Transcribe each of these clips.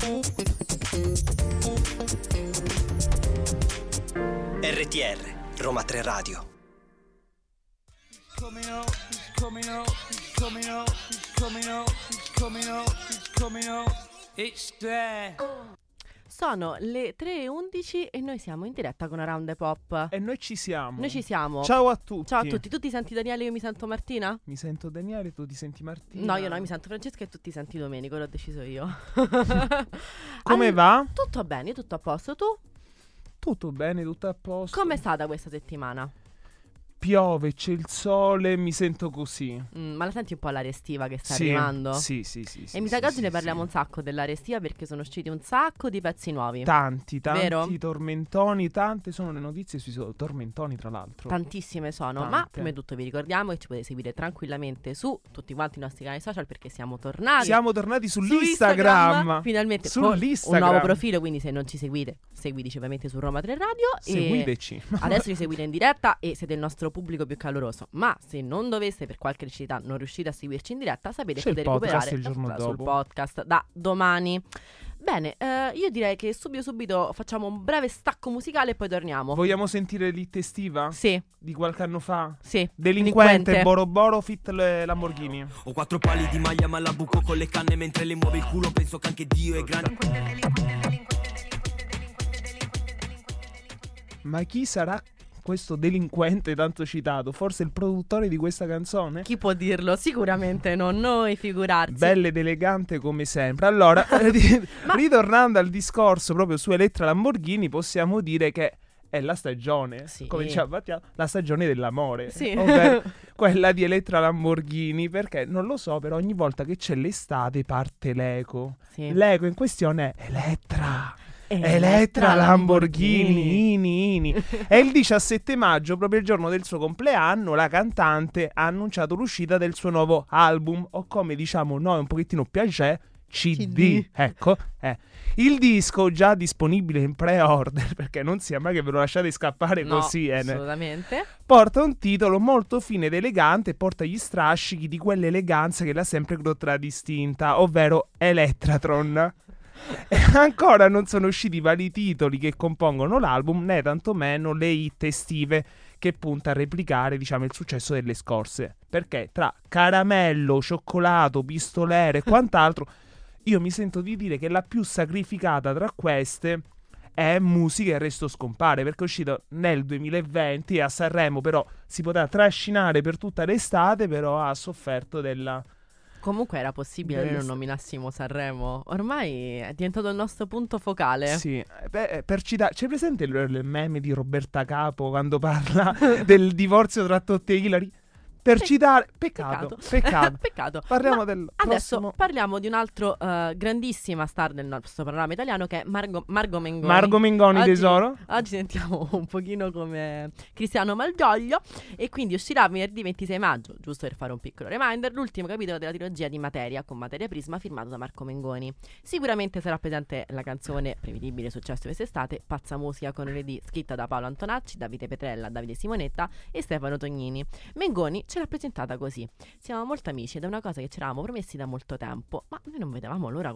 RTR Roma 3 Radio. Sono le 3:11 e noi siamo in diretta con Around the Pop. E noi ci siamo. Noi ci siamo. Ciao a tutti. Ciao a tutti. Tu ti senti Daniele, io mi sento Martina? Mi sento Daniele, tu ti senti Martina? No, io mi sento Francesca e tu ti senti Domenico, l'ho deciso io. Come va? Tutto bene, tutto a posto. Tu? Tutto bene, tutto a posto. Com'è stata questa settimana? Piove, c'è il sole, mi sento così. Ma la senti un po' l'aria estiva che sta Sì, arrivando? Sì. E mi sa che oggi ne parliamo un sacco dell'aria estiva perché sono usciti un sacco di pezzi nuovi. Tanti Vero? tormentoni, tante sono le notizie sui tormentoni, tra l'altro. Tantissime sono, Tante. ma prima di tutto vi ricordiamo che ci potete seguire tranquillamente su tutti quanti i nostri canali social perché siamo tornati. Siamo tornati su sull'Instagram. Finalmente Sull'Instagram. un nuovo profilo, quindi se non ci seguite, seguiteci ovviamente su Roma 3 Radio. Seguiteci. E adesso ci seguite in diretta e siete il nostro pubblico più caloroso. Ma se non doveste, per qualche necessità, non riuscite a seguirci in diretta, sapete che C'è il potete podcast recuperare il giorno sul dopo. podcast da domani. Bene, io direi che subito facciamo un breve stacco musicale e poi torniamo. Vogliamo sentire l'hit estiva? Sì, Di qualche anno fa? sì. Delinquente, Boro Boro fit le Lamborghini. Ho 4 pali di maglia ma la buco con le canne mentre le muove il culo. Penso che anche Dio è grande. Ma chi sarà questo delinquente tanto citato? Forse il produttore di questa canzone? Chi può dirlo? Sicuramente non noi, figurarsi. Bella ed elegante come sempre. Allora, ritornando al discorso proprio su Elettra Lamborghini, possiamo dire che è la stagione, Sì. come diceva Mattia, la stagione dell'amore, Sì. ovvero quella di Elettra Lamborghini, perché non lo so, però ogni volta che c'è l'estate parte l'eco. Sì. L'eco in questione è Elettra Lamborghini, ini. E il 17 maggio, proprio il giorno del suo compleanno, la cantante ha annunciato l'uscita del suo nuovo album, o come diciamo noi un pochettino piace, CD. Ecco, il disco già disponibile in pre-order, perché non sia mai che ve lo lasciate scappare No, così, assolutamente. porta un titolo molto fine ed elegante e porta gli strascichi di quell'eleganza che l'ha sempre contraddistinta, ovvero Electratron. E ancora non sono usciti i vari titoli che compongono l'album, né tantomeno le hit estive che punta a replicare, diciamo, il successo delle scorse. Perché tra caramello, cioccolato, pistolere e quant'altro, io mi sento di dire che la più sacrificata tra queste è Musica e il resto scompare, perché è uscito nel 2020 e a Sanremo però si poteva trascinare per tutta l'estate, però ha sofferto della... Comunque era possibile che non nominassimo Sanremo. Ormai è diventato il nostro punto focale. Sì, per citare, c'è presente il meme di Roberta Capo quando parla del divorzio tra Totti e Hillary? Per citare, peccato. Peccato. Parliamo Ma del adesso prossimo... parliamo di un altro grandissima star del nostro panorama italiano che è Margo Mengoni. Margo Mengoni, tesoro. Oggi sentiamo un pochino come Cristiano Malgioglio e quindi uscirà venerdì 26 maggio, giusto per fare un piccolo reminder, l'ultimo capitolo della trilogia di Materia con Materia Prisma firmato da Marco Mengoni. Sicuramente sarà presente la canzone prevedibile successo quest'estate, Pazza Musica con Lady, scritta da Paolo Antonacci, Davide Petrella, Davide Simonetta e Stefano Tognini. Mengoni ce l'ha presentata così. Siamo molto amici ed è una cosa che ci eravamo promessi da molto tempo, ma noi non vedevamo l'ora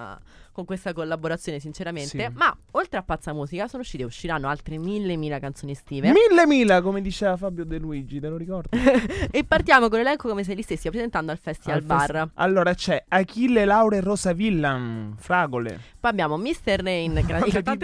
con questa collaborazione, sinceramente. Sì. Ma oltre a Pazza Musica usciranno altre mille canzoni estive. Mille, come diceva Fabio De Luigi, te lo ricordi? E partiamo con l'elenco come se li stessi presentando al Festival Bar. Allora c'è Achille, Laura e Rosa Villan, Fragole. Poi abbiamo Mr. Rain, il cantante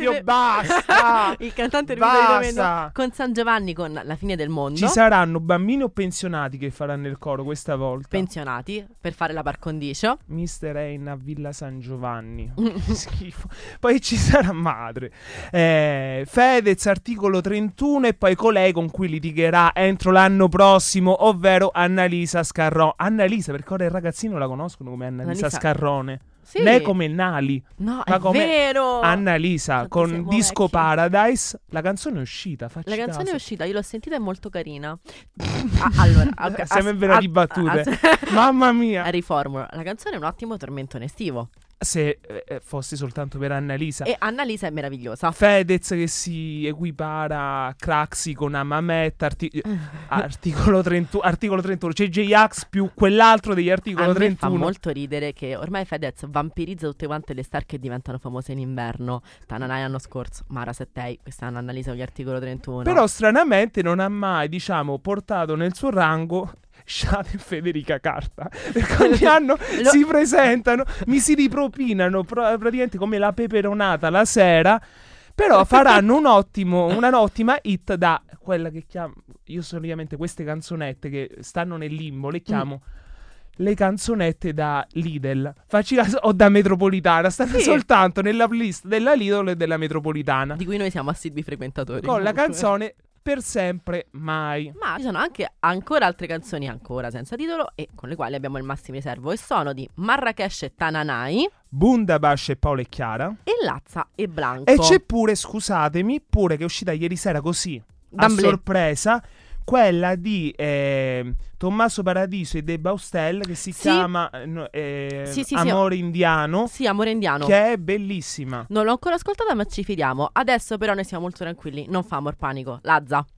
basta! il cantante Basta! con San Giovanni con La fine del mondo. Ci saranno bambini o pensionati che faranno il coro questa volta. Pensionati per fare la par condicio. Mr. Rain a Villa San Giovanni. Schifo. Poi ci sarà madre, Fedez, articolo 31, e poi colei con cui litigherà entro l'anno prossimo, ovvero Annalisa Scarrone. Annalisa, perché ora il ragazzino la conoscono come Annalisa Scarrone. Sì. Né come Nali, No, ma è come vero. Annalisa Quanto con siamo Disco vecchi. Paradise. La canzone è uscita, La canzone caso. è uscita, io l'ho sentita, è molto carina. Allora, Siamo in vena di battute. Mamma mia. Riformulo, la canzone è un ottimo tormentone estivo. se fosse soltanto per Annalisa. E Annalisa è meravigliosa. Fedez che si equipara a Craxi con Amamet, articolo 31, c'è J-Ax più quell'altro degli articolo A me 31. fa molto ridere che ormai Fedez vampirizza tutte quante le star che diventano famose in inverno. Tananai l'anno scorso, Mara Settei, quest'anno Annalisa con gli articolo 31. Però stranamente non ha mai, diciamo, portato nel suo rango Shade e Federica Carta, perché ogni anno si presentano, mi si ripropinano praticamente come la peperonata la sera, però faranno un'ottima hit da quella che chiamo, io solitamente queste canzonette che stanno nel limbo le chiamo le canzonette da Lidl, facci caso, o da Metropolitana, stanno soltanto nella playlist della Lidl e della Metropolitana, di cui noi siamo assidui frequentatori. con la canzone Per sempre mai. Ma ci sono anche ancora altre canzoni ancora senza titolo e con le quali abbiamo il massimo riservo, e sono di Marrakesh e Tananai, Bundabash e Paola e Chiara, e Lazza e Blanco. e c'è pure, scusatemi, pure che è uscita ieri sera così, a D'amblè. sorpresa, quella di Tommaso Paradiso e De Baustel che si chiama Amore Indiano. Sì, Amore Indiano. Che è bellissima. Non l'ho ancora ascoltata, ma ci fidiamo. Adesso però noi siamo molto tranquilli, non fa amor panico. Lazza.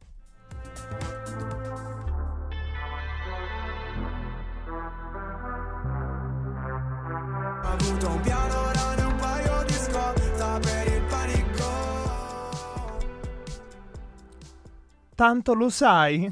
Ho avuto un piano e un paio di scorta per il panico. Tanto lo sai?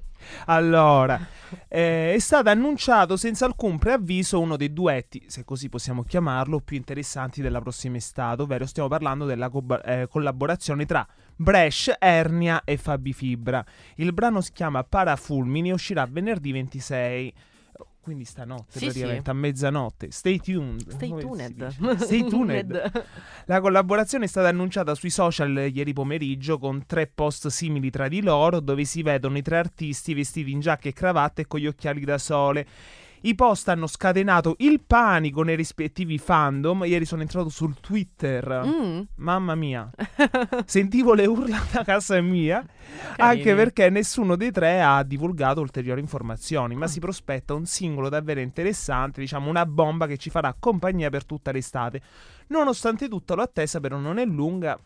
Allora, è stato annunciato senza alcun preavviso uno dei duetti, se così possiamo chiamarlo, più interessanti della prossima estate, ovvero stiamo parlando della collaborazione tra Brescia, Ernia e Fabi Fibra. Il brano si chiama Parafulmini e uscirà venerdì 26. Quindi stanotte, Sì, praticamente sì. a mezzanotte. Stay tuned. Stay Come si tuned. dice? Stay tuned. La collaborazione è stata annunciata sui social ieri pomeriggio con 3 post simili tra di loro, dove si vedono i 3 artisti vestiti in giacca e cravatta e con gli occhiali da sole. I post hanno scatenato il panico nei rispettivi fandom. Ieri sono entrato sul Twitter. Mamma mia. Sentivo le urla da casa mia. Anche perché nessuno dei 3 ha divulgato ulteriori informazioni. Ma si prospetta un singolo davvero interessante, diciamo una bomba che ci farà compagnia per tutta l'estate. Nonostante tutto l'attesa però non è lunga.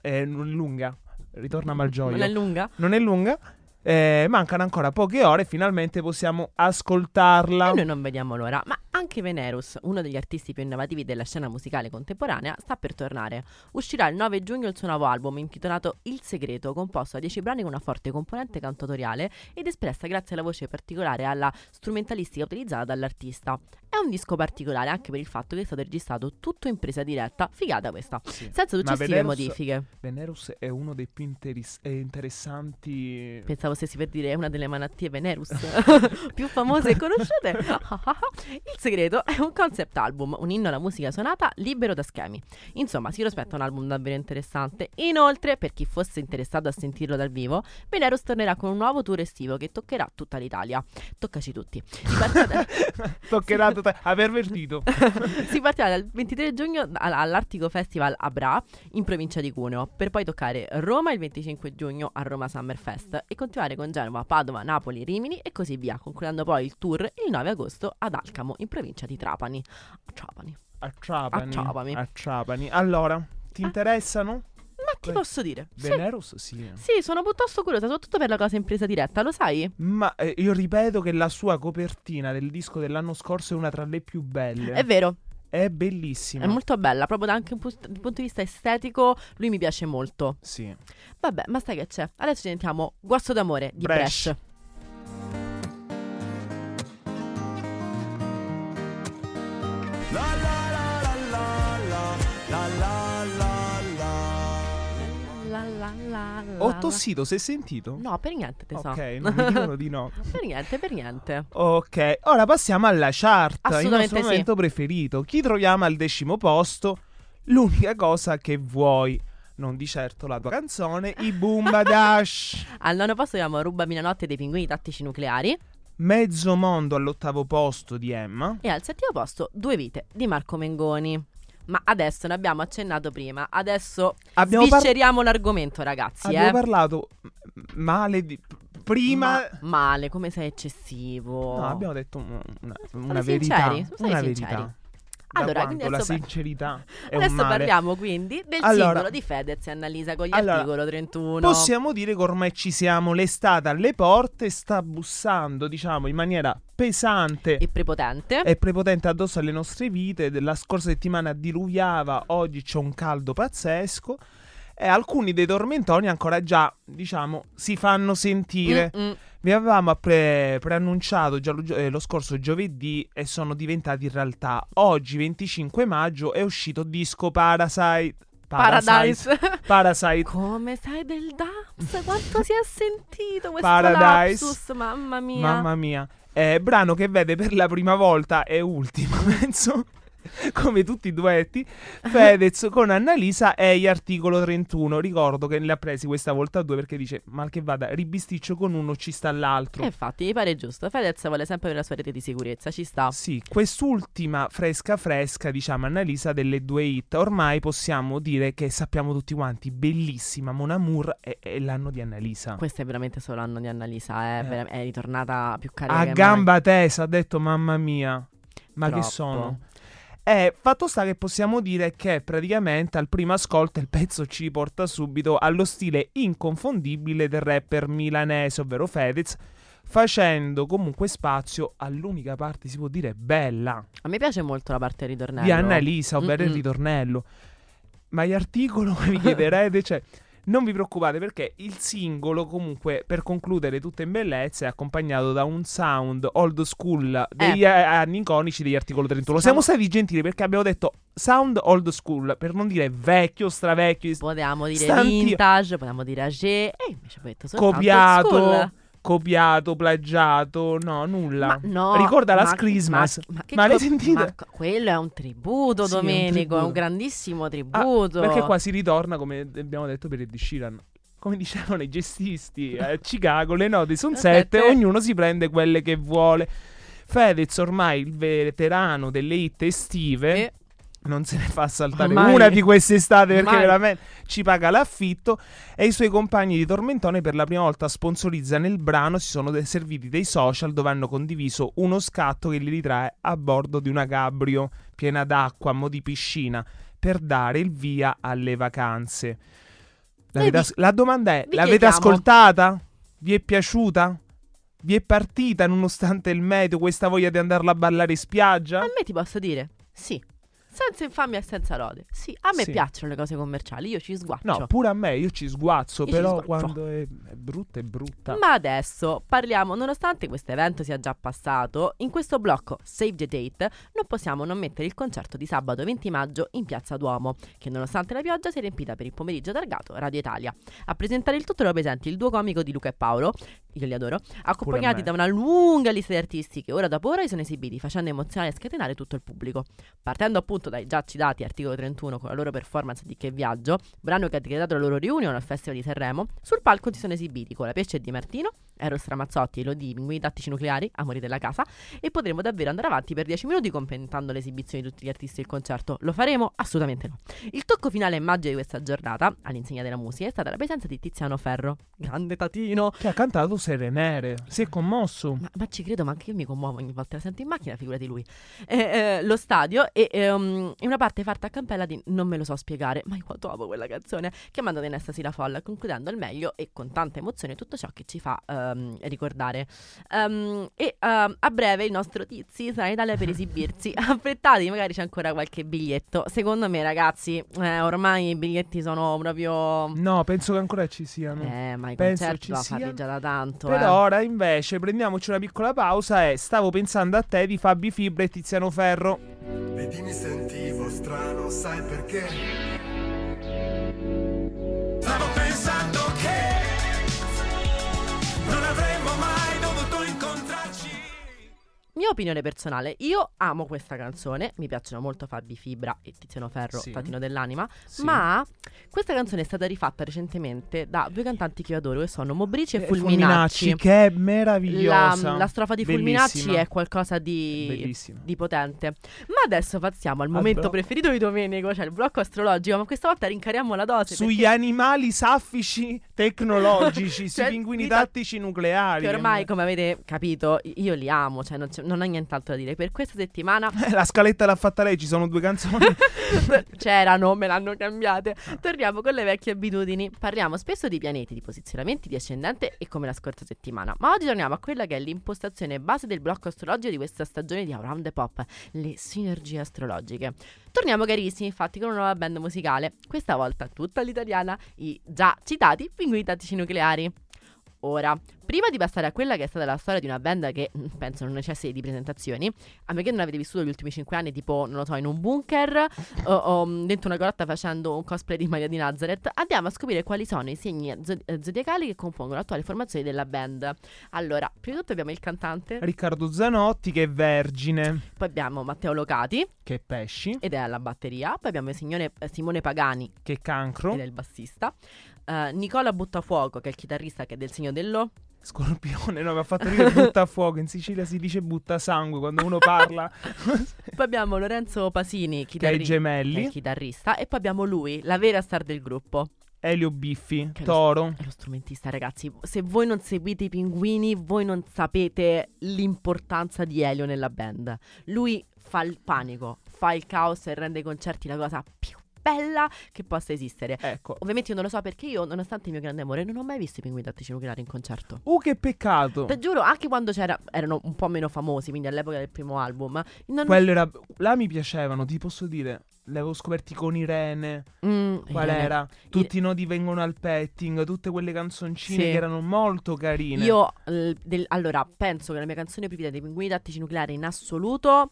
Ritorna Malgioglio. Non è lunga? Non è lunga. Mancano ancora poche ore e finalmente possiamo ascoltarla. E noi non vediamo l'ora. Ma anche Venerus, uno degli artisti più innovativi della scena musicale contemporanea, sta per tornare. Uscirà il 9 giugno il suo nuovo album intitolato Il Segreto, composto da 10 brani con una forte componente cantatoriale ed espressa grazie alla voce particolare e alla strumentalistica utilizzata dall'artista. È un disco particolare anche per il fatto che è stato registrato tutto in presa diretta, figata questa, Sì. senza successive modifiche. Venerus è uno dei più interessanti. Pensavo stessi per dire una delle malattie Venerus più famose e conosciute. Il Segreto è un concept album, un inno alla musica suonata libero da schemi. Insomma, si prospetta un album davvero interessante. Inoltre, per chi fosse interessato a sentirlo dal vivo, Venerus tornerà con un nuovo tour estivo che toccherà tutta l'Italia. Toccaci tutti. Toccherà a pervertito. Si partirà dal 23 giugno all'Artico Festival a Bra, in provincia di Cuneo, per poi toccare Roma il 25 giugno a Roma Summer Fest e continuare con Genova, Padova, Napoli, Rimini e così via, concludendo poi il tour il 9 agosto ad Alcamo, in provincia di Trapani. A Trapani. A Trapani. Allora, ti interessano? Ma ti posso dire? Venerus, sì. Sì, sono piuttosto curiosa, soprattutto per la cosa in presa diretta, lo sai? Ma io ripeto che la sua copertina del disco dell'anno scorso è una tra le più belle. È vero. È bellissima. È molto bella, proprio da anche dal punto di vista estetico, lui mi piace molto. Sì. Vabbè, ma sai che c'è? Adesso ci sentiamo Guasto d'amore di Brescia. La la la la la la la la La la la la. Ho tossito, sei sentito? No, per niente, tesoro. Ok, non mi dicono di no. Per niente, per niente. Ok, ora passiamo alla chart, il Assolutamente nostro momento preferito. Chi troviamo al 10° posto? L'unica cosa che vuoi. Non di certo la tua canzone, i Boomadash. Al 9° posto abbiamo Rubami la notte dei pinguini tattici nucleari. Mezzo mondo all'8° posto di Emma. E al 7° posto Due vite di Marco Mengoni. Ma adesso ne abbiamo accennato prima. Adesso svisceriamo l'argomento, ragazzi. Abbiamo parlato male di prima. Male, come sei eccessivo. No, abbiamo detto una Siamo verità. sinceri? Siamo Una sinceri. verità. Allora, quindi quando la adesso sincerità è un adesso male. parliamo quindi del Allora, singolo di Fedez e Annalisa con gli allora, articolo 31. Possiamo dire che ormai ci siamo, l'estate alle porte, sta bussando, diciamo, in maniera pesante E prepotente. e prepotente addosso alle nostre vite. La scorsa settimana diluviava, oggi c'è un caldo pazzesco e alcuni dei tormentoni ancora già, diciamo, si fanno sentire. Vi avevamo preannunciato già lo scorso giovedì e sono diventati realtà. Oggi, 25 maggio, è uscito disco Parasite. Parasite. Come sai del Daps? Quanto si è sentito questo Paradise. lapsus? Mamma mia. Mamma mia. Brano che vede per la prima volta e ultima, penso, come tutti i duetti, Fedez con Annalisa e gli articolo 31. Ricordo che ne ha presi questa volta 2 perché dice mal che vada, ribisticcio con uno ci sta l'altro. Infatti mi pare giusto. Fedez vuole sempre avere la sua rete di sicurezza, ci sta. Sì, quest'ultima fresca, diciamo, Annalisa, delle 2 hit, ormai possiamo dire che sappiamo tutti quanti, bellissima, Mon Amour è l'anno di Annalisa. Questo è veramente solo l'anno di Annalisa, è ritornata più carica A che gamba tesa, ha detto mamma mia, ma Troppo. che sono? Fatto sta che possiamo dire che praticamente al primo ascolto il pezzo ci porta subito allo stile inconfondibile del rapper milanese, ovvero Fedez, facendo comunque spazio all'unica parte, si può dire, bella A me piace molto la parte del ritornello di Annalisa, ovvero il ritornello. Ma gli articoli, come vi chiederete, cioè, non vi preoccupate perché il singolo comunque, per concludere tutto in bellezza, è accompagnato da un sound old school degli anni iconici degli articolo 31. Siamo stati gentili perché abbiamo detto sound old school, per non dire vecchio, stravecchio. Potevamo dire Stanti- vintage, potevamo dire age. E invece ho detto soltanto old school. copiato, plagiato, no, nulla. Ma no, Ricorda Last Christmas. Ma l'hai sentita? Quello è un tributo, Sì, è un Domenico, è tributo. un grandissimo tributo. Perché qua si ritorna, come abbiamo detto, per Ed Sheeran. Come dicevano i gestisti a Chicago, le note sono 7, ognuno si prende quelle che vuole. Fedez, ormai il veterano delle hit estive, non se ne fa saltare Mai. una di quest'estate perché Mai. veramente ci paga l'affitto, e i suoi compagni di tormentone per la prima volta sponsorizzano il brano. Si sono serviti dei social dove hanno condiviso uno scatto che li ritrae a bordo di una cabrio piena d'acqua a mo' di piscina per dare il via alle vacanze. La domanda è, vi l'avete chiediamo. ascoltata? Vi è piaciuta? Vi è partita nonostante il meteo questa voglia di andarla a ballare in spiaggia? A me ti posso dire sì. Senza infamia e senza lode. Sì, a me Sì. piacciono le cose commerciali, io ci sguaccio. No, pure a me, io ci sguazzo, Io ci però sguazzo. quando è brutta è brutta. Ma adesso parliamo, nonostante questo evento sia già passato, in questo blocco Save the Date non possiamo non mettere il concerto di sabato 20 maggio in Piazza Duomo, che nonostante la pioggia si è riempita per il pomeriggio targato Radio Italia. A presentare il tutto erano presenti il duo comico di Luca e Paolo, io li adoro, accompagnati da una lunga lista di artisti che ora dopo ora si sono esibiti, facendo emozionare e scatenare tutto il pubblico. Partendo appunto dai già citati articolo 31 con la loro performance di Che Viaggio, brano che ha decretato la loro riunione al Festival di Sanremo, sul palco si sono esibiti con la Pesce e Di Martino, Eros Ramazzotti e Elodie, Pinguini Tattici Nucleari, Amori della Casa, e potremo davvero andare avanti per 10 minuti commentando le esibizioni di tutti gli artisti del concerto. Lo faremo? Assolutamente no. Il tocco finale e maggio di questa giornata, all'insegna della musica, è stata la presenza di Tiziano Ferro, grande tatino, Che ha cantato Sere Nere, si è commosso. ma ci credo, ma anche io mi commuovo ogni volta la sento in macchina, figurati lui. Lo stadio e una parte fatta a cappella di Non me lo so spiegare, ma io quanto amo quella canzone, che manda in estasi la folla, concludendo al meglio e con tanta emozione tutto ciò che ci fa ricordare. A breve il nostro Tizi sarà in Italia per esibirsi. Affrettatevi, magari c'è ancora qualche biglietto. Secondo me, ragazzi, ormai i biglietti sono proprio... No, penso che ancora ci siano. Ma i Penso concerti ci lo sia. fate già da tanto. Per ora invece prendiamoci una piccola pausa e Stavo pensando a te di Fabi Fibra e Tiziano Ferro. Vedi, mi sentivo strano, sai perché? Stavo pensando che non avremmo mai dovuto incontrarci. Mia opinione personale, io amo questa canzone, mi piacciono molto Fabi Fibra e Tiziano Ferro, Sì. Tatino dell'anima, Sì. ma questa canzone è stata rifatta recentemente da due cantanti che io adoro, che sono Mobrici e Fulminacci, Fulminacci. che è meravigliosa. La strofa di Fulminacci Bellissima. è qualcosa di Bellissima. potente. Ma adesso passiamo al momento blocco. preferito di Domenico, cioè il blocco astrologico, ma questa volta rincariamo la dose. Sugli perché animali saffici tecnologici, sui Cioè, pinguini dita- tattici nucleari. Che ormai, come avete capito, io li amo, cioè non ho nient'altro da dire. Per questa settimana La scaletta l'ha fatta lei, ci sono 2 canzoni. c'erano, me l'hanno cambiate. Torniamo con le vecchie abitudini. Parliamo spesso di pianeti, di posizionamenti, di ascendente e come la scorsa settimana. Ma oggi torniamo a quella che è l'impostazione base del blocco astrologico di questa stagione di Around the Pop, le sinergie astrologiche. Torniamo carissimi, infatti, con una nuova band musicale, questa volta tutta all'italiana, i già citati Pinguini Tattici Nucleari. Ora, prima di passare a quella che è stata la storia di una band che penso non necessiti di presentazioni, a me che non avete vissuto gli ultimi 5 anni, tipo, non lo so, in un bunker o dentro una grotta facendo un cosplay di Maria di Nazareth, andiamo a scoprire quali sono i segni zodiacali che compongono l'attuale formazione della band. Allora, prima di tutto abbiamo il cantante, Riccardo Zanotti, che è vergine, poi abbiamo Matteo Locati, che è pesci, ed è alla batteria, poi abbiamo il signore Simone Pagani, che è cancro, ed è il bassista, Nicola Buttafuoco, che è il chitarrista, che è del segno dello... Scorpione. No, mi ha fatto ridere butta fuoco. In Sicilia si dice butta sangue quando uno parla. Poi abbiamo Lorenzo Pasini, Che è i che è gemelli. il chitarrista, e poi abbiamo lui, la vera star del gruppo, Elio Biffi, che è toro. è lo strumentista, ragazzi. Se voi non seguite i pinguini, voi non sapete l'importanza di Elio nella band. Lui fa il panico, fa il caos e rende i concerti la cosa più bella che possa esistere. Ecco. Ovviamente io non lo so perché io, nonostante il mio grande amore, non ho mai visto i Pinguini Tattici Nucleari in concerto. Che peccato. Te giuro, anche quando erano un po' meno famosi, quindi all'epoca del primo album. Quello era. Là mi piacevano, ti posso dire. Li avevo scoperti con Irene. Qual era? Tutti i nodi vengono al petting. Tutte quelle canzoncine Sì. che erano molto carine. Io, allora, penso che la mia canzone preferita dei Pinguini Tattici Nucleari in assoluto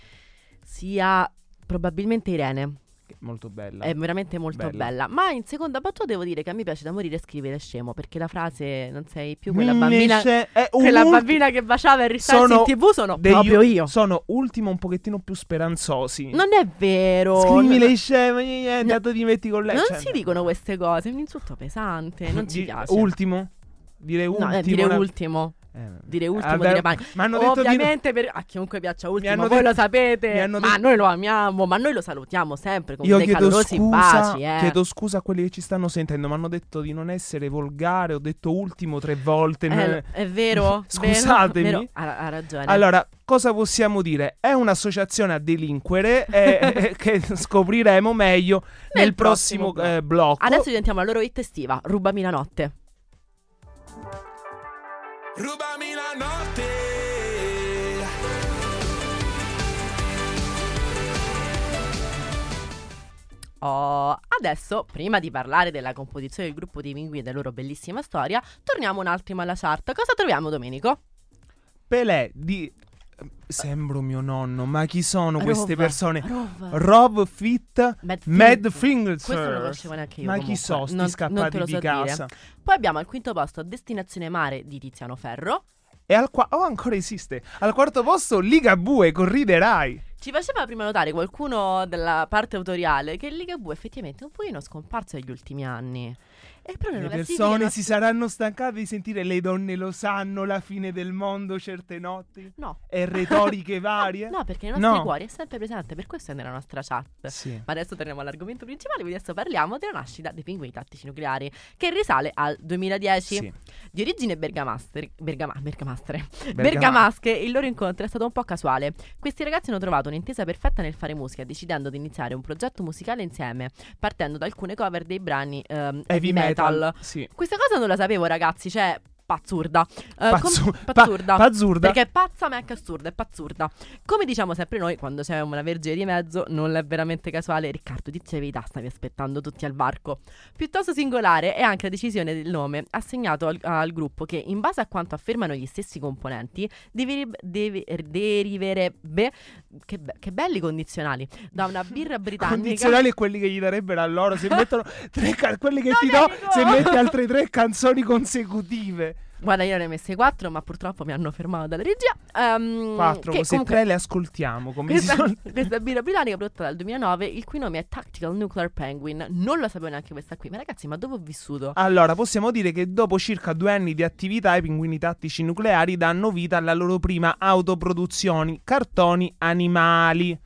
sia probabilmente Irene. Molto bella. È veramente molto bella. Ma in seconda battuta devo dire che a me piace da morire scrivere scemo, perché la frase "non sei più quella bambina", quella bambina che baciava il ristorante in TV sono proprio io. Sono ultimo un pochettino più speranzosi. Non è vero. Scrivi le sceme, andato ti metti con lei. Non Cioè, si dicono queste cose, è un insulto pesante, non ci piace. Ultimo? Dire ultimo. No, dire ultimo. Dire ultimo, vabbè, dire panico. m'hanno detto Ovviamente a chiunque piaccia ultimo, hanno voi detto- lo sapete. mi hanno Ma detto- noi lo amiamo, ma noi lo salutiamo sempre con Io dei chiedo calorosi scusa, baci. chiedo scusa a quelli che ci stanno sentendo. Mi hanno detto di non essere volgare. Ho detto ultimo 3 volte. È vero? Scusatemi. Vero? Ha ragione. Allora, cosa possiamo dire? È un'associazione a delinquere che scopriremo meglio nel prossimo blocco. Adesso diventiamo la loro hit estiva, Rubami la notte. Rubami la notte. Adesso, prima di parlare della composizione del gruppo dei Pinguini e della loro bellissima storia, torniamo un attimo alla chart. Cosa troviamo, Domenico? Pelé di... Sembro mio nonno, ma chi sono queste Rov. persone? Rov. Rob Fit Mad Fingers. Questo non lo conoscevo neanche io. Ma chi comunque. so, sti Non te scappati lo di so casa. dire. Poi abbiamo al quinto posto Destinazione Mare di Tiziano Ferro. E ancora esiste. Al quarto posto Ligabue con Riderai. Ci faceva prima notare qualcuno della parte autoriale che Ligabue effettivamente è un pochino scomparso negli ultimi anni. E però Le persone si saranno stancate di sentire le donne lo sanno, la fine del mondo certe notti. No. E retoriche varie. No, perché nei nostri No. cuori è sempre presente, per questo è nella nostra chat. Sì. Ma adesso torniamo all'argomento principale, quindi adesso parliamo della nascita dei Pinguini Tattici Nucleari, che risale al 2010. Sì. Di origine bergamasche, il loro incontro è stato un po' casuale. Questi ragazzi hanno trovato un'intesa perfetta nel fare musica, decidendo di iniziare un progetto musicale insieme, partendo da alcune cover dei brani heavy metal. Sì. Questa cosa non la sapevo, ragazzi, cioè pazzurda. Pazzurda. Pazzurda. Perché è pazza ma è anche assurda, è pazzurda. Come diciamo sempre noi, quando c'è una vergine di mezzo, non è veramente casuale. Riccardo, dici la verità, stavi aspettando tutti al varco. Piuttosto singolare è anche la decisione del nome assegnato al gruppo, che in base a quanto affermano gli stessi componenti deriverebbe, che belli condizionali, da una birra britannica. Condizionali e quelli che gli darebbero a loro. Se mettono quelli che Non ti è do, dico- se metti altre 3 canzoni consecutive. Guarda, io ne ho messe 4, ma purtroppo mi hanno fermato dalla regia. 4, che così comunque 3 le ascoltiamo. Come si questa birra britannica prodotta dal 2009, il cui nome è Tactical Nuclear Penguin. Non lo sapevo neanche questa qui. Ma ragazzi, ma dove ho vissuto? Allora, possiamo dire che dopo circa 2 anni di attività i Pinguini Tattici Nucleari danno vita alla loro prima autoproduzione, cartoni animali.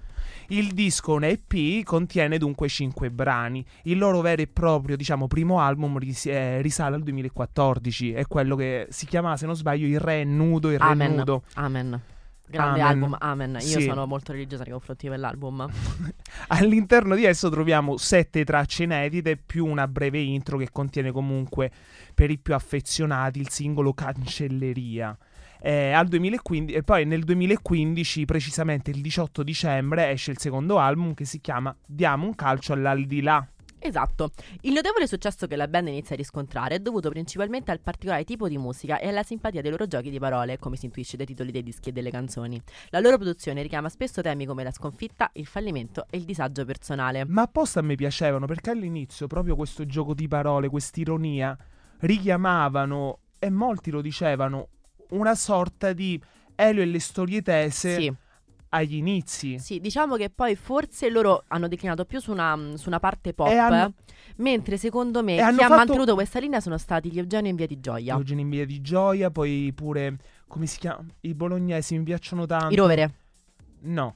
Il disco, un EP, contiene dunque 5 brani. Il loro vero e proprio, diciamo, primo album risale al 2014. È quello che si chiama, se non sbaglio, Il Re è nudo, Il Re è nudo. Amen. Grande Amen. album, Amen. Io Sì. sono molto religiosa nei confronti dell'album. All'interno di esso troviamo 7 tracce inedite più una breve intro che contiene comunque, per i più affezionati, il singolo Cancelleria. Al 2015, e poi nel 2015, precisamente il 18 dicembre, esce il secondo album che si chiama Diamo un calcio all'aldilà. Esatto. Il notevole successo che la band inizia a riscontrare è dovuto principalmente al particolare tipo di musica e alla simpatia dei loro giochi di parole, come si intuisce dai titoli dei dischi e delle canzoni. La loro produzione richiama spesso temi come la sconfitta, il fallimento e il disagio personale. Ma apposta a me piacevano, perché all'inizio proprio questo gioco di parole, quest'ironia, richiamavano, e molti lo dicevano, una sorta di Elio e le storie tese Sì. agli inizi. Sì, diciamo che poi forse loro hanno declinato più su una parte pop, E hanno- mentre secondo me e chi hanno ha fatto- mantenuto questa linea sono stati gli Eugenio in Via di Gioia. Eugenio in Via di Gioia, poi pure, come si chiama? I bolognesi mi piacciono tanto. I Rovere. No,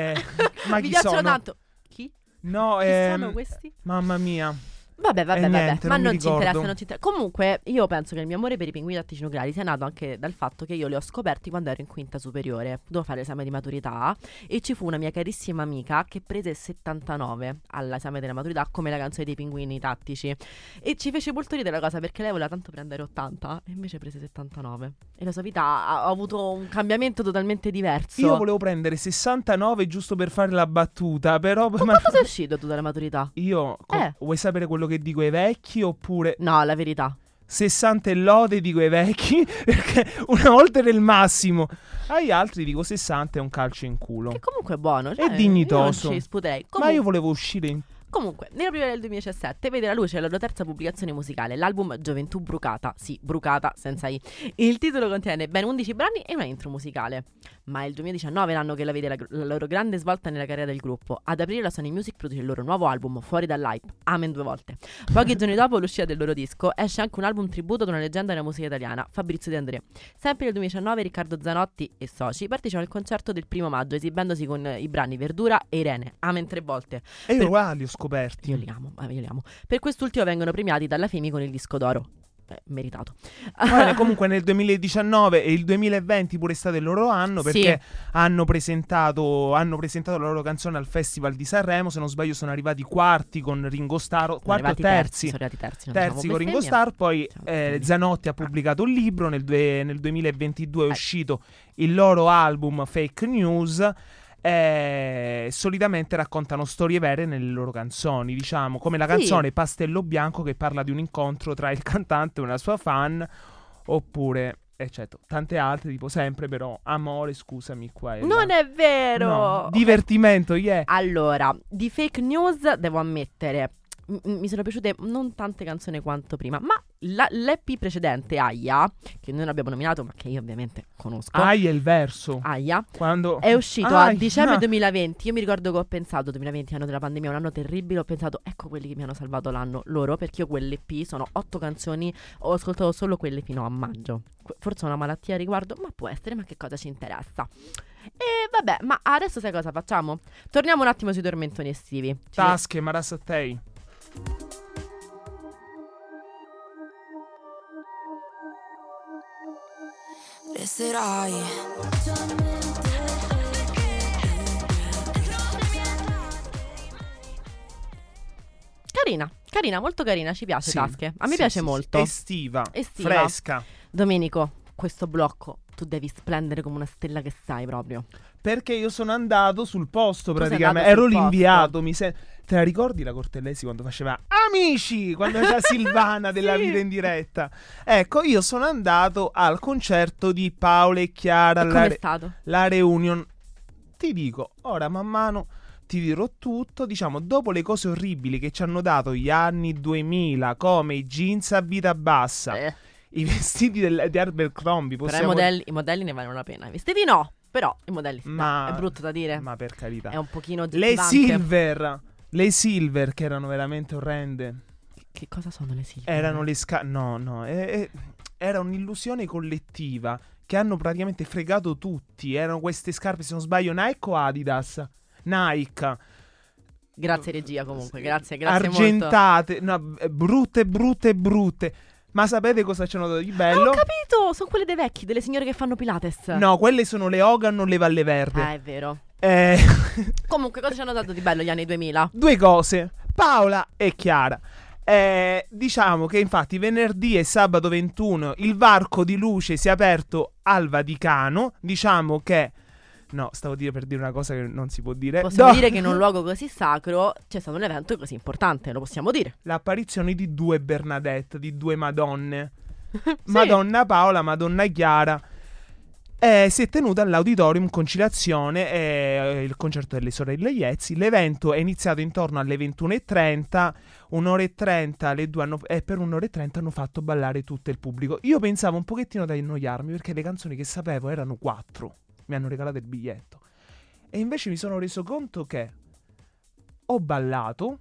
ma Mi chi piacciono sono? tanto. Chi? No, Chi sono questi? mamma mia. Vabbè, niente, ma non mi non ci ricordo. interessa, non ci interessa. Comunque, io penso che il mio amore per i pinguini tattici nucleari sia nato anche dal fatto che io li ho scoperti quando ero in quinta superiore. Dovevo fare l'esame di maturità e ci fu una mia carissima amica che prese 79 all'esame della maturità come la canzone dei pinguini tattici. E ci fece molto ridere la cosa perché lei voleva tanto prendere 80 e invece prese 79. E la sua vita ha avuto un cambiamento totalmente diverso. Io volevo prendere 69 giusto per fare la battuta, però Con quanto sei uscito tu dalla maturità? vuoi sapere quello che dico ai vecchi oppure No, la verità. 60 e lode dico ai vecchi perché una volta era il massimo. Agli altri dico 60 è un calcio in culo. Che comunque è buono. Cioè, È dignitoso. Io non ci sputerei. Ma io volevo uscire in... Comunque, nella primavera del 2017 vede la luce la loro terza pubblicazione musicale, l'album Gioventù Brucata. Sì, Brucata, senza I. Il titolo contiene ben 11 brani e una intro musicale. Ma è il 2019 l'anno che la vede la loro grande svolta nella carriera del gruppo. Ad aprile la Sony Music produce il loro nuovo album, Fuori dall'hype, Amen 2 volte. Pochi giorni dopo l'uscita del loro disco esce anche un album tributo ad una leggenda della musica italiana, Fabrizio De André. Sempre nel 2019 Riccardo Zanotti e soci partecipano al concerto del 1 maggio esibendosi con i brani Verdura e Irene, Amen 3 volte. E io Per- li ho scoperti. Io li amo. Per quest'ultimo vengono premiati dalla FIMI con il disco d'oro. Meritato. Bene, comunque nel 2019 e il 2020 pure è stato il loro anno perché hanno presentato la loro canzone al Festival di Sanremo. Se non sbaglio sono arrivati quarti con Ringo Starr, quarti o terzi. Sono arrivati terzi. non Terzi diciamo con Ringo bestemmia. Starr. Poi Zanotti ha pubblicato un libro. Nel 2022 è uscito il loro album Fake News. Solitamente raccontano storie vere nelle loro canzoni, diciamo, come la canzone Pastello Bianco, che parla di un incontro tra il cantante e una sua fan, oppure eccetera, tante altre, tipo Sempre però amore, scusami qua e là. Non è vero. No, divertimento, yeah. Allora, di Fake News devo ammettere mi sono piaciute non tante canzoni quanto prima, ma l'EP precedente, Aia, che noi non abbiamo nominato ma che io ovviamente conosco. Aia il verso. Aia Quando... è uscito a Aia. dicembre 2020. Io mi ricordo che ho pensato 2020, anno della pandemia, un anno terribile. Ho pensato ecco quelli che mi hanno salvato l'anno, loro, perché io quell'EP sono 8 canzoni, ho ascoltato solo quelle fino a maggio. Forse ho una malattia a riguardo, ma può essere, ma che cosa ci interessa? E vabbè, ma adesso sai cosa facciamo? Torniamo un attimo sui tormentoni estivi. Tasche, Marasattei. Resterai. Carina, molto carina, ci piace. Sì, Tasche. A me sì, piace sì, molto. Estiva, Estiva. fresca. Domenico, questo blocco tu devi splendere come una stella che sai proprio. Perché io sono andato sul posto, Tu sei praticamente. andato Ero sul l'inviato. Te la ricordi la Cortellesi quando faceva Amici? Quando c'era Silvana della Sì. vita in diretta. Ecco, io sono andato al concerto di Paola e Chiara. E com'è stato? La reunion. Ti dico, ora man mano ti dirò tutto. Diciamo, dopo le cose orribili che ci hanno dato gli anni 2000, come i jeans a vita bassa, i vestiti di Abercrombie, Però possiamo... i modelli ne valgono la pena. I vestiti no, però i modelli sì. Ma- È brutto da dire. Ma per carità. È un pochino Le oggettivante. Le Silver che erano veramente orrende. Che cosa sono le Silver? Erano le era un'illusione collettiva che hanno praticamente fregato tutti. Erano queste scarpe, se non sbaglio, Nike o Adidas. Nike. Grazie regia comunque, grazie argentate, no, brutte. Ma sapete cosa c'è notato di bello? Ho capito, sono quelle dei vecchi, delle signore che fanno Pilates. No, quelle sono le Hogan o le Valle Verde. Ah, è vero. Comunque, cosa ci hanno dato di bello gli anni 2000? Due cose, Paola e Chiara. Diciamo che infatti venerdì e sabato 21 il varco di luce si è aperto al Vaticano. Diciamo che no, stavo per dire una cosa che non si può dire. Possiamo dire che in un luogo così sacro c'è stato un evento così importante, lo possiamo dire. L'apparizione di due Bernadette, di due Madonne. Sì. Madonna Paola, Madonna Chiara. Si è tenuta all'Auditorium Conciliazione il concerto delle sorelle Iezzi. L'evento è iniziato intorno alle 21:30, un'ora e 30, le due per un'ora e 30 hanno fatto ballare tutto il pubblico. Io pensavo un pochettino da annoiarmi perché le canzoni che sapevo erano 4. Mi hanno regalato il biglietto. E invece mi sono reso conto che ho ballato,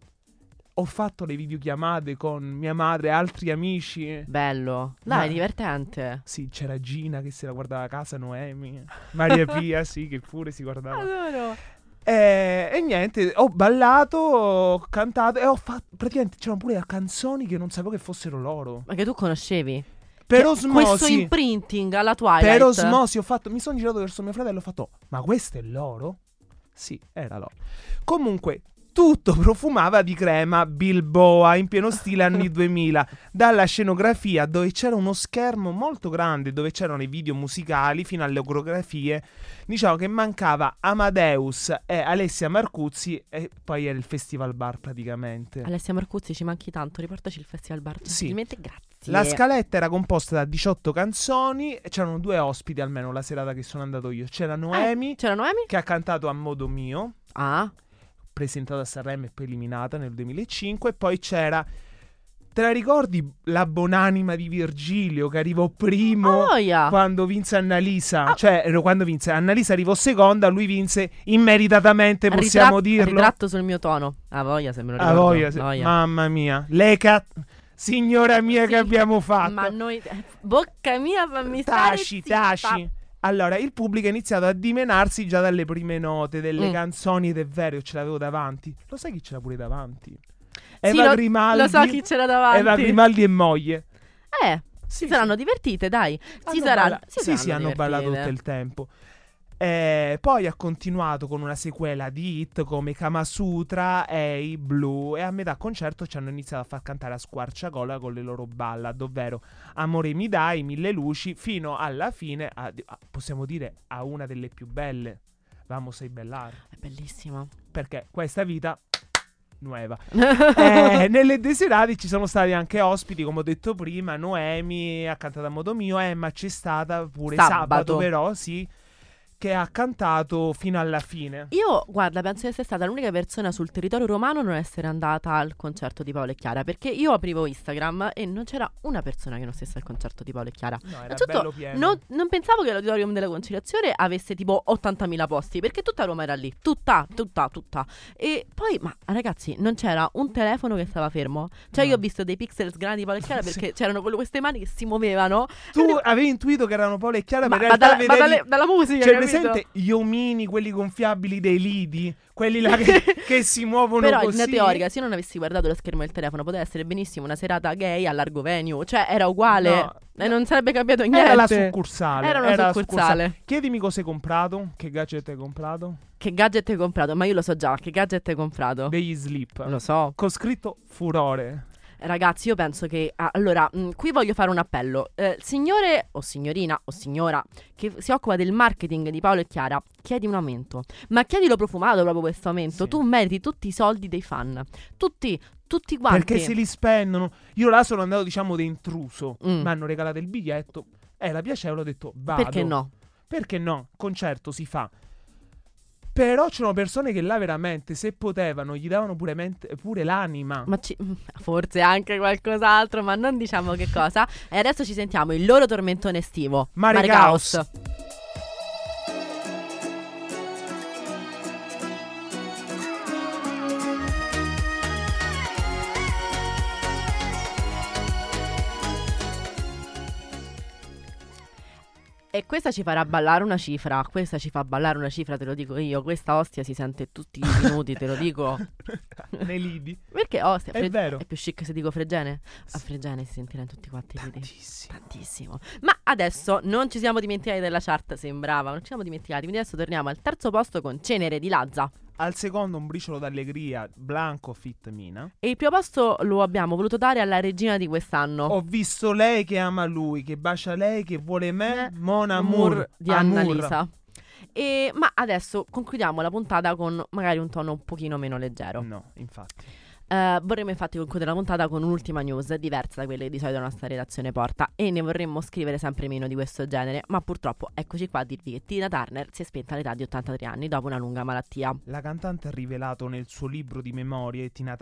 ho fatto le videochiamate con mia madre e altri amici. Bello, dai, divertente. Sì, c'era Gina che se la guardava a casa, Noemi, Maria Pia, sì, che pure si guardava. Adoro. E niente, ho ballato, ho cantato e ho fatto, praticamente c'erano pure canzoni che non sapevo che fossero loro. Ma che tu conoscevi? Per osmosi. Questo imprinting alla Twilight. Per osmosi mi sono girato verso mio fratello e ho fatto, ma questo è l'oro? Sì, era l'oro. Comunque, tutto profumava di crema Bilboa in pieno stile anni 2000. Dalla scenografia dove c'era uno schermo molto grande, dove c'erano i video musicali fino alle coreografie. Diciamo che mancava Amadeus e Alessia Marcuzzi e poi era il Festival Bar praticamente. Alessia Marcuzzi, ci manchi tanto, riportaci il Festival Bar. Sì. Grazie. La scaletta era composta da 18 canzoni e c'erano 2 ospiti almeno la serata che sono andato io. C'era Noemi, che ha cantato A modo mio, presentata a Sanremo e poi eliminata nel 2005. E poi c'era, te la ricordi, la buonanima di Virgilio che arrivò primo quando vinse Annalisa? Cioè quando vinse Annalisa arrivò seconda, lui vinse immeritatamente, possiamo dirlo. Ritratto sul mio tono. A voglia se me lo ricordo. Mamma mia, signora mia, che abbiamo fatto? Ma noi, bocca mia, fammi stare taci. Allora, il pubblico ha iniziato a dimenarsi già dalle prime note delle canzoni, ed è vero, io ce l'avevo davanti. Lo sai chi ce l'ha pure davanti? Eva Grimaldi. Lo so chi c'era davanti. Eva Grimaldi e moglie. Si saranno divertite, dai. Hanno ballato tutto il tempo. Poi ha continuato con una sequela di hit come Kama Sutra, Hey, Blue, e a metà concerto ci hanno iniziato a far cantare a squarciagola con le loro ballad, ovvero Amore mi dai, Mille luci, fino alla fine possiamo dire a una delle più belle, Vamos a bailar. È bellissima. Perché questa vita nuova. Nelle deserate ci sono stati anche ospiti, come ho detto prima. Noemi ha cantato A modo mio, Emma c'è stata pure sabato però, sì, che ha cantato fino alla fine. Io, guarda, penso di essere stata l'unica persona sul territorio romano a non essere andata al concerto di Paola e Chiara, perché io aprivo Instagram e non c'era una persona che non stesse al concerto di Paola e Chiara. No, era bello pieno. Non pensavo che l'Auditorium della Conciliazione avesse tipo 80.000 posti, perché tutta Roma era lì, tutta. E poi, ma ragazzi, non c'era un telefono che stava fermo. Cioè io ho visto dei pixel sgranati di Paola e Chiara perché c'erano queste mani che si muovevano. Tu avevi intuito che erano Paola e Chiara, ma dalla musica, cioè, presente gli omini, quelli gonfiabili dei lidi, quelli là che si muovono però così. Però in teorica, se io non avessi guardato lo schermo del telefono, poteva essere benissimo una serata gay a largo venue. Cioè era uguale, e non sarebbe cambiato niente. Era la succursale. Era una succursale. Chiedimi cosa hai comprato. Che gadget hai comprato? Che gadget hai comprato? Ma io lo so già. Che gadget hai comprato? Degli slip. Lo so. Con scritto Furore. Ragazzi, io penso che allora, qui voglio fare un appello. Signore o signorina o signora che si occupa del marketing di Paolo e Chiara, chiedi un aumento. Ma chiedilo profumato proprio questo aumento. Sì. Tu meriti tutti i soldi dei fan. Tutti quanti. Perché se li spendono. Io là sono andato, diciamo, da intruso. Mi hanno regalato il biglietto. La piacevole, ho detto vado. Perché no? Perché no? Concerto si fa. Però c'erano persone che là veramente, se potevano, gli davano pure l'anima. Ma forse anche qualcos'altro, ma non diciamo che cosa. E adesso ci sentiamo il loro tormentone estivo, Mare Caos. E questa ci farà ballare una cifra. Questa ci fa ballare una cifra, te lo dico io. Questa ostia si sente tutti i minuti, te lo dico. Nei lidi. Perché ostia? È vero. È più chic se dico Fregene? A Fregene si sentirà in tutti quanti i lidi. Tantissimo. Tantissimo. Ma adesso non ci siamo dimenticati della chart, sembrava. Non ci siamo dimenticati. Quindi adesso torniamo al terzo posto con Cenere di Lazza. Al secondo un briciolo d'allegria, Blanco Fit Mina. E il primo posto lo abbiamo voluto dare alla regina di quest'anno. Ho visto lei che ama lui, che bacia lei, che vuole me, Mon Amour Amour di Annalisa. Ma adesso concludiamo la puntata con magari un tono un pochino meno leggero. No, infatti. Vorremmo infatti concludere la puntata con un'ultima news diversa da quelle che di solito la nostra redazione porta, e ne vorremmo scrivere sempre meno di questo genere, ma purtroppo eccoci qua a dirvi che Tina Turner si è spenta all'età di 83 anni dopo una lunga malattia. La cantante ha rivelato nel suo libro di memorie Tina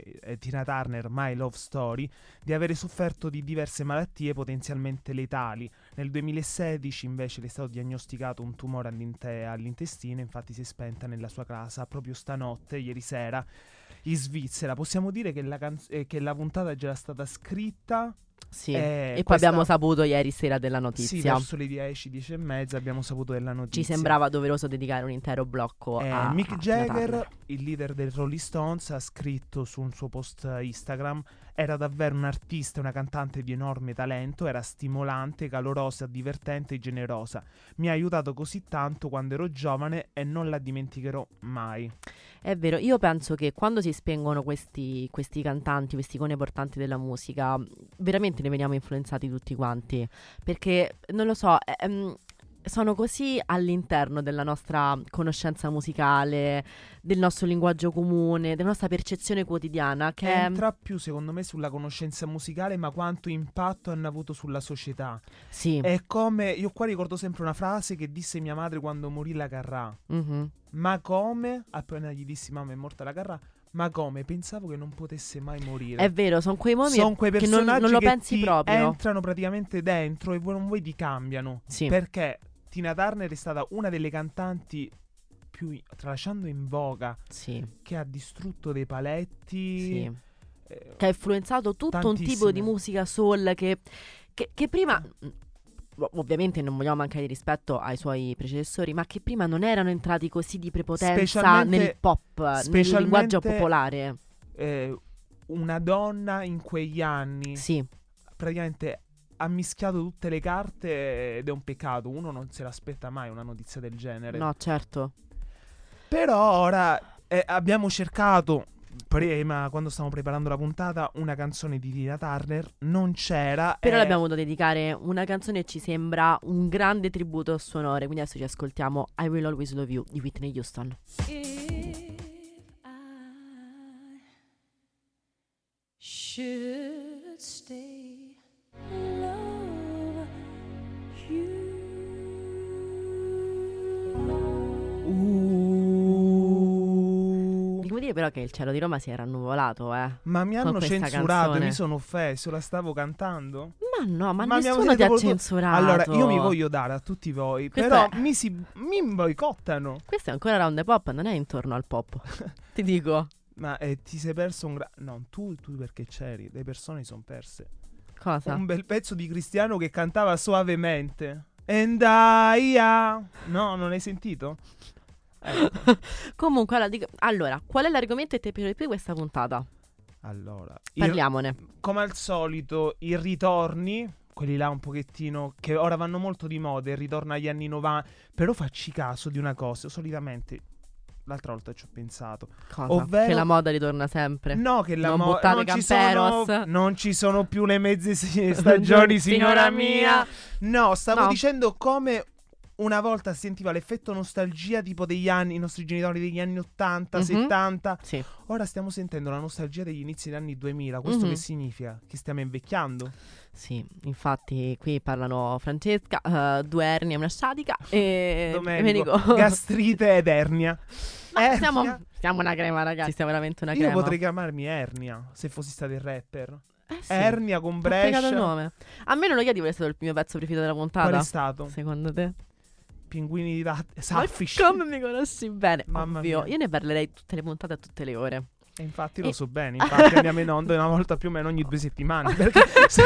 Turner My Love Story di avere sofferto di diverse malattie potenzialmente letali. Nel 2016 invece le è stato diagnosticato un tumore all'intestino, infatti si è spenta nella sua casa proprio stanotte, ieri sera, in Svizzera. Possiamo dire che la puntata è già stata scritta. Sì, e poi abbiamo saputo ieri sera della Sì, notizia. verso le 10 e mezza abbiamo saputo della notizia. Ci sembrava doveroso dedicare un intero blocco a Mick a Tina Jagger, Turner. il leader dei Rolling Stones, ha scritto su un suo post Instagram: era davvero un artista e una cantante di enorme talento, era stimolante, calorosa, divertente e generosa. Mi ha aiutato così tanto quando ero giovane e non la dimenticherò mai. È vero, io penso che quando si spengono questi cantanti, questi icone portanti della musica, veramente ne veniamo influenzati tutti quanti, perché non lo so, sono così all'interno della nostra conoscenza musicale, del nostro linguaggio comune, della nostra percezione quotidiana, che entra più secondo me sulla conoscenza musicale, ma quanto impatto hanno avuto sulla società. sì. È come, io qua ricordo sempre una frase che disse mia madre quando morì la Carrà. Mhm. Ma come? Appena gli dissi mamma è morta la Carrà. Ma come? Pensavo che non potesse mai morire. È vero, sono quei momenti Sono quei che non personaggi lo che pensi ti proprio. entrano praticamente dentro e non vuoi ti cambiano. Sì. Perché Tina Turner è stata una delle cantanti più, tralasciando in voga, Sì, che ha distrutto dei paletti. sì. Che ha influenzato tutto un tipo tantissime. di musica soul che prima, ovviamente non vogliamo mancare di rispetto ai suoi predecessori, ma che prima non erano entrati così di prepotenza Specialmente- nel pop, nel specialmente- linguaggio popolare. Una donna in quegli anni Sì, praticamente ha mischiato tutte le carte ed è un peccato. Uno non se l'aspetta mai una notizia del genere. no, certo. Però ora abbiamo cercato prima, quando stavamo preparando la puntata, una canzone di Tina Turner. Non c'era. Però le abbiamo voluto dedicare una canzone che ci sembra un grande tributo al suo onore. Quindi adesso ci ascoltiamo I Will Always Love You di Whitney Houston. Should stay love you. Devo dire però che il cielo di Roma si era annuvolato, Ma mi hanno questa censurato, canzone. mi sono offeso, la stavo cantando. Ma no, ma mi nessuno avete ti ha voluto- censurato. Allora, io mi voglio dare a tutti voi, Questo però è- mi boicottano. Questo è ancora round the pop, non è intorno al pop. Ti dico. Ma ti sei perso no, tu perché c'eri, le persone si sono perse. Cosa? Un bel pezzo di Cristiano che cantava suavemente. No, non hai sentito? Comunque, allora, qual è l'argomento che ti è piaciuto di più di questa puntata? Allora, Parliamone. come al solito, i ritorni, quelli là un pochettino, che ora vanno molto di moda, il ritorno agli anni 90. Però facci caso di una cosa, solitamente, l'altra volta ci ho pensato. Cosa? Ovvero- Che la moda ritorna sempre. No, che la Non moda buttate Camperos. non ci sono più le mezze stagioni, signora mia. No, stavo No. dicendo come una volta si sentiva l'effetto nostalgia tipo degli anni, i nostri genitori degli anni 80, Mhm. 70. Sì. Ora stiamo sentendo la nostalgia degli inizi degli anni 2000. Questo Mhm. che significa? Che stiamo invecchiando? Sì, infatti qui parlano Francesca, 2 ernie e una sciatica e Domenico, gastrite ed ernia. Ma Ernia? siamo una crema, ragazzi. Siamo veramente una Io crema. potrei chiamarmi Ernia se fossi stato il rapper. Sì. Ernia con T'ho fregato il Brescia. nome. A me non lo chiedi qual è stato il mio pezzo preferito della puntata? Qual è stato? Secondo te? Pinguini di latte. Ma Saffish. come mi conosci bene? Mamma Ovvio. mia. Io ne parlerei tutte le puntate a tutte le ore. E infatti lo so bene, infatti andiamo in onda una volta più o meno ogni 2 settimane, perché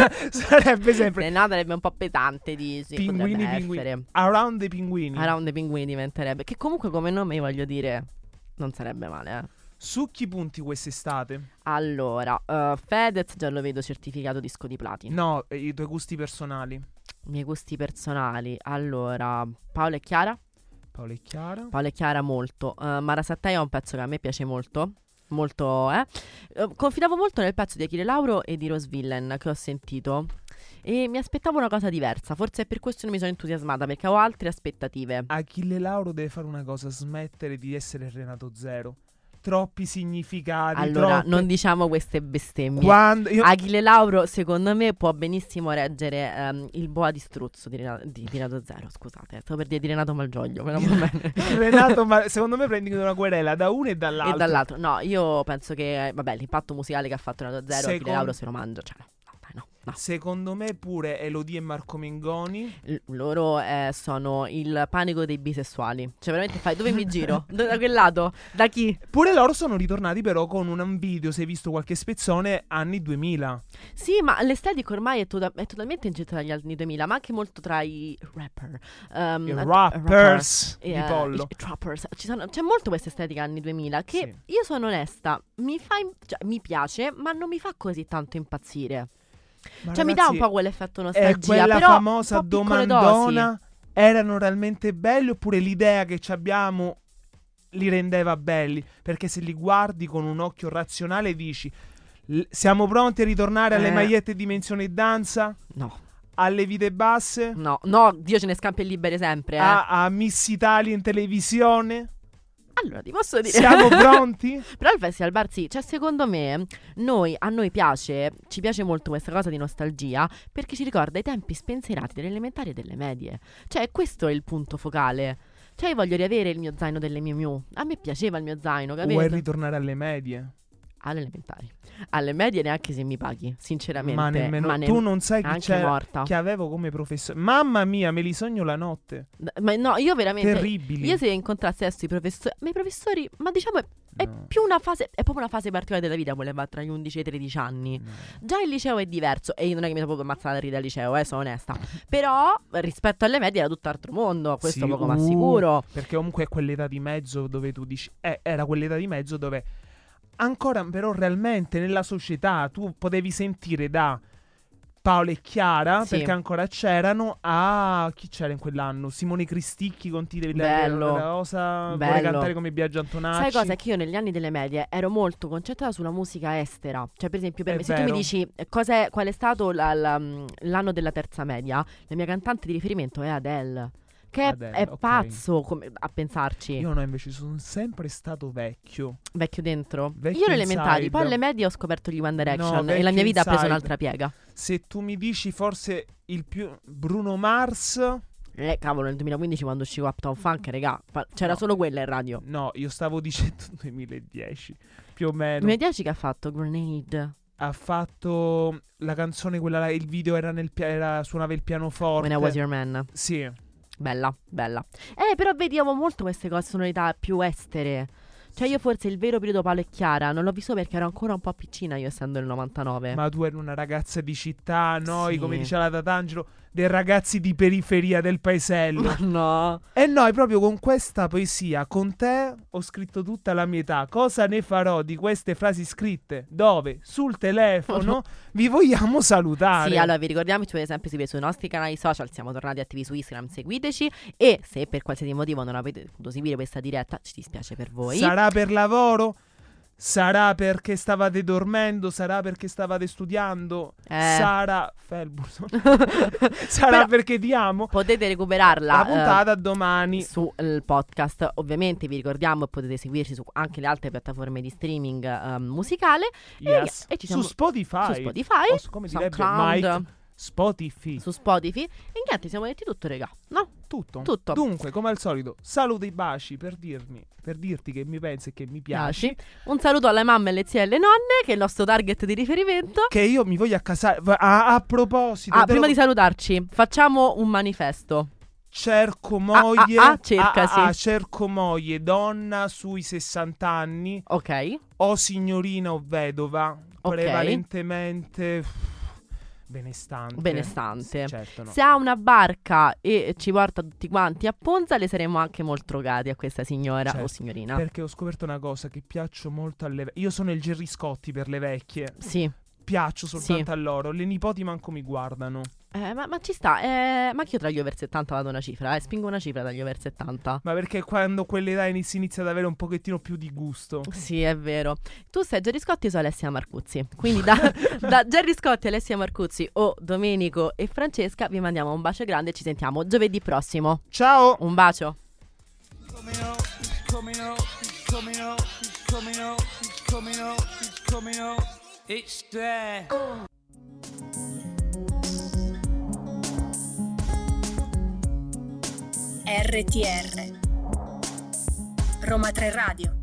sarebbe sempre Se no sarebbe un po' pesante, dici. pinguini, Potrebbe pinguini. essere. Around the pinguini. Around the Pinguini diventerebbe. Che comunque come nome, io voglio dire, non sarebbe male, eh. Su chi punti quest'estate? Allora, Fedez già lo vedo certificato disco di platino. No, i tuoi gusti personali. I miei gusti personali. Allora, Paolo e Chiara. Paolo e Chiara. Paolo e Chiara molto. Mara Sattei è un pezzo che a me piace molto. Molto, eh. Confidavo molto nel pezzo di Achille Lauro e di Rose Villain che ho sentito. E mi aspettavo una cosa diversa. Forse è per questo non mi sono entusiasmata, perché ho altre aspettative. Achille Lauro deve fare una cosa, smettere di essere Renato Zero. Troppi significati. Allora, troppe... non diciamo queste bestemmie. Quando io... Achille Lauro, secondo me, può benissimo reggere il boa di struzzo di Renato Zero. Scusate, stavo per dire di Renato Malgioglio, però va bene. Renato, ma secondo me prendi una querela da uno e dall'altro. E dall'altro, no, io penso che, vabbè, l'impatto musicale che ha fatto Renato Zero, Achille Lauro se lo mangia, cioè, no, dai, no. Secondo me pure Elodie e Marco Mengoni. Loro sono il panico dei bisessuali. Cioè, veramente fai, dove mi giro? Da quel lato? Da chi? Pure loro sono ritornati però con un video, se hai visto qualche spezzone, anni 2000. Sì, ma l'estetica ormai è totalmente ingettata dagli anni 2000, ma anche molto tra i rapper. I rappers di pollo. I trappers. C'è molto questa estetica anni 2000 che, Sì. io sono onesta, mi piace, ma non mi fa così tanto impazzire. Ma Cioè, mi dà un po' quell'effetto è nostalgia, quella però famosa un po' piccole dosi. domandona. Erano realmente belli oppure l'idea che ci abbiamo li rendeva belli? Perché se li guardi con un occhio razionale dici: siamo pronti a ritornare alle magliette dimensione danza? No. Alle vite basse? No, Dio ce ne scampi e liberi sempre, A Miss Italia in televisione? Allora, ti posso dire. Siamo pronti? Però il Festival Bar sì, cioè secondo me a noi ci piace molto questa cosa di nostalgia, perché ci ricorda i tempi spensierati delle elementari e delle medie. Cioè questo è il punto focale. Cioè io voglio riavere il mio zaino delle Miu Miu. A me piaceva il mio zaino, capito? Vuoi ritornare alle medie? Alle elementari. Alle medie neanche se mi paghi, sinceramente. Ma nemmeno tu non sai chi anche c'era, morta. che avevo come professore. Mamma mia, me li sogno la notte. Ma no, io veramente Terribili. Io se incontrassi adesso i professori, ma diciamo è No. più una fase, è proprio una fase particolare della vita, quella va tra gli 11 e i 13 anni. No. Già il liceo è diverso e io non è che mi sono proprio ammazzata da ridere al liceo, sono onesta. Però rispetto alle medie era tutt'altro mondo, questo Sì, poco ma sicuro. Perché comunque è quell'età di mezzo dove tu dici era quell'età di mezzo dove ancora però realmente nella società tu potevi sentire da Paolo e Chiara, Sì. perché ancora c'erano, a chi c'era in quell'anno? Simone Cristicchi con Ti devi Bello. la cosa, Bello. vuole cantare come Biagio Antonacci. Sai cosa? Che io negli anni delle medie ero molto concentrata sulla musica estera. Cioè, per esempio, per È me, se tu mi vero. dici qual è stato l'anno della terza media, la mia cantante di riferimento è Adele. Che Adele, è ok. pazzo a pensarci. Io no, invece sono sempre stato vecchio. Vecchio dentro. Vecchio Io alle elementari, inside. poi alle medie ho scoperto gli One Direction No, e la mia vecchio vita ha preso inside. un'altra piega. Se tu mi dici forse il più Bruno Mars, Cavolo, nel 2015 quando uscivo Uptown Funk, regà, c'era No. solo quella in radio. no, io stavo dicendo 2010, più o meno. 2010 che ha fatto? Grenade. Ha fatto la canzone quella là, il video era suonava il pianoforte. When I Was Your Man. Sì. Bella, bella. Però vediamo molto queste cose, sonorità più estere. Cioè io forse il vero periodo Paolo e Chiara non l'ho visto perché ero ancora un po' piccina io essendo nel 99. Ma tu eri una ragazza di città, noi, Sì. come diceva la Tatangelo, dei ragazzi di periferia del paesello. Ma no. E noi proprio con questa poesia, con te ho scritto tutta la mia età. Cosa ne farò di queste frasi scritte? Dove? Sul telefono. Vi vogliamo salutare. Sì, allora vi ricordiamo che ci potete sempre seguire sui nostri canali social, siamo tornati attivi su Instagram, seguiteci. E se per qualsiasi motivo non avete potuto seguire questa diretta, ci dispiace per voi. Sarà per lavoro? Sarà perché stavate dormendo? Sarà perché stavate studiando? Sarà Ferguson. Sarà Però perché ti amo? potete recuperarla La puntata domani. sul podcast. Ovviamente vi ricordiamo che potete seguirci su anche le altre piattaforme di streaming musicale. Yes. E ci Su siamo Spotify. su Spotify, O come direbbe SoundCloud, Mike, Spotify. su Spotify. E niente, siamo detti tutto, regà. No? Tutto. Tutto. Dunque, come al solito, saluto e baci per dirti che mi pensi e che mi piaci. Un saluto alle mamme, alle zie e alle nonne, che è il nostro target di riferimento. Che io mi voglio accasare. A proposito, Prima di salutarci, facciamo un manifesto. cerco moglie, cercasi. cerco moglie, donna sui 60 anni, Ok. o signorina o vedova, Ok. prevalentemente benestante. Benestante. Certo, no. Se ha una barca e ci porta tutti quanti a Ponza, le saremo anche molto grati a questa signora o Certo, signorina. Perché ho scoperto una cosa, che piaccio molto alle io sono il Gerry Scotti per le vecchie. Sì. Piaccio soltanto Sì. a loro. Le nipoti manco mi guardano. Ma ci sta. Ma anche io tra gli over 70 vado una cifra. Spingo una cifra dagli over 70. Ma perché quando quell'età si inizia ad avere un pochettino più di gusto. Sì, è vero. Tu sei Gerry Scotti, io sono Alessia Marcuzzi. Quindi da Gerry Scotti, Alessia Marcuzzi o Domenico e Francesca vi mandiamo un bacio grande e ci sentiamo giovedì prossimo. Ciao! Un bacio. It's there. RTR Roma 3 Radio.